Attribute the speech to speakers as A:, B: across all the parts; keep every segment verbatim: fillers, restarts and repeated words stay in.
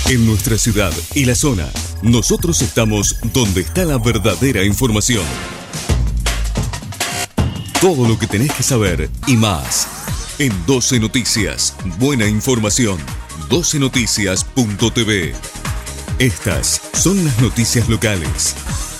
A: En nuestra ciudad y la zona, nosotros estamos donde está la verdadera información. Todo lo que tenés que saber y más. En doce Noticias, buena información. doce noticias punto t v. Estas son las noticias locales.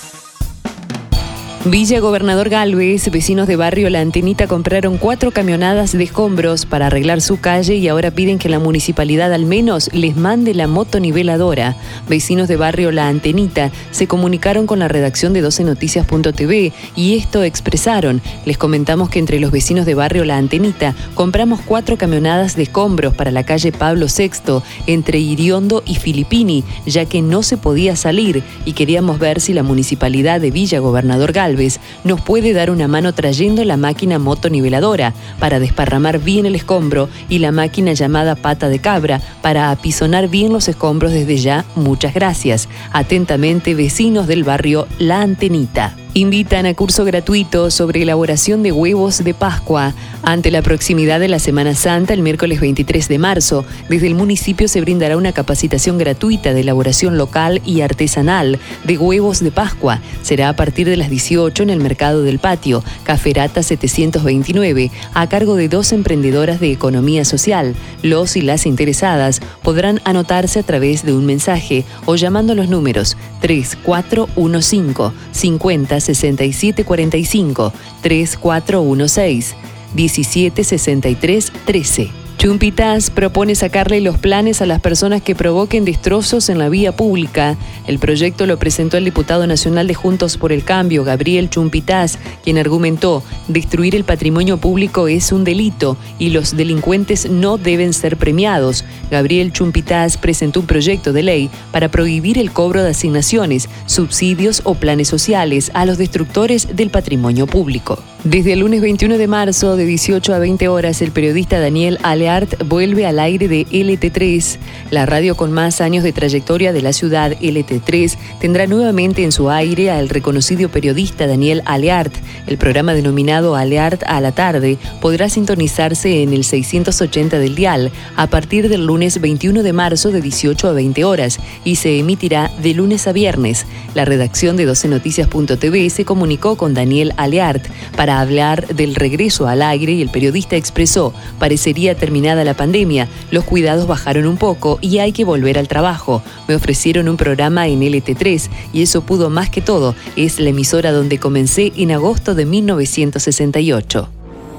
B: Villa Gobernador Galvez, vecinos de barrio La Antenita compraron cuatro camionadas de escombros para arreglar su calle y ahora piden que la municipalidad al menos les mande la motoniveladora. Vecinos de barrio La Antenita se comunicaron con la redacción de doce noticias punto t v y esto expresaron. Les comentamos que entre los vecinos de barrio La Antenita compramos cuatro camionadas de escombros para la calle Pablo sexto entre Iriondo y Filippini, ya que no se podía salir y queríamos ver si la municipalidad de Villa Gobernador Galvez nos puede dar una mano trayendo la máquina motoniveladora para desparramar bien el escombro y la máquina llamada pata de cabra para apisonar bien los escombros desde ya. Muchas gracias. Atentamente, vecinos del barrio La Antenita. Invitan a curso gratuito sobre elaboración de huevos de Pascua. Ante la proximidad de la Semana Santa, el miércoles veintitrés de marzo, desde el municipio se brindará una capacitación gratuita de elaboración local y artesanal de huevos de Pascua. Será a partir de las dieciocho en el Mercado del Patio, Caferata setecientos veintinueve, a cargo de dos emprendedoras de economía social. Los y las interesadas podrán anotarse a través de un mensaje o llamando a los números tres cuatro uno cinco, cincuenta, sesenta y siete cuarenta y cinco, tres cuatro uno seis, diecisiete sesenta y tres trece. Chumpitas propone sacarle los planes a las personas que provoquen destrozos en la vía pública. El proyecto lo presentó el diputado nacional de Juntos por el Cambio, Gabriel Chumpitas, quien argumentó: destruir el patrimonio público es un delito y los delincuentes no deben ser premiados. Gabriel Chumpitas presentó un proyecto de ley para prohibir el cobro de asignaciones, subsidios o planes sociales a los destructores del patrimonio público. Desde el lunes veintiuno de marzo, de dieciocho a veinte horas, el periodista Daniel Aleart vuelve al aire de L T tres. La radio con más años de trayectoria de la ciudad, L T tres, tendrá nuevamente en su aire al reconocido periodista Daniel Aleart. El programa denominado Aleart a la tarde podrá sintonizarse en el seiscientos ochenta del dial a partir del lunes veintiuno de marzo de dieciocho a veinte horas y se emitirá de lunes a viernes. La redacción de doce noticias punto t v se comunicó con Daniel Aleart para hablar del regreso al aire y el periodista expresó: parecería terminada la pandemia, los cuidados bajaron un poco y hay que volver al trabajo. Me ofrecieron un programa en L T tres y eso pudo más que todo. Es la emisora donde comencé en agosto de mil novecientos sesenta y ocho.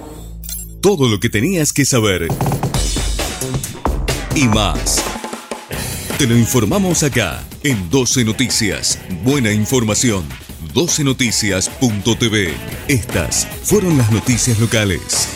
A: Todo lo que tenías que saber y más. Te lo informamos acá en doce Noticias. Buena información. doce noticias punto t v. Estas fueron las noticias locales.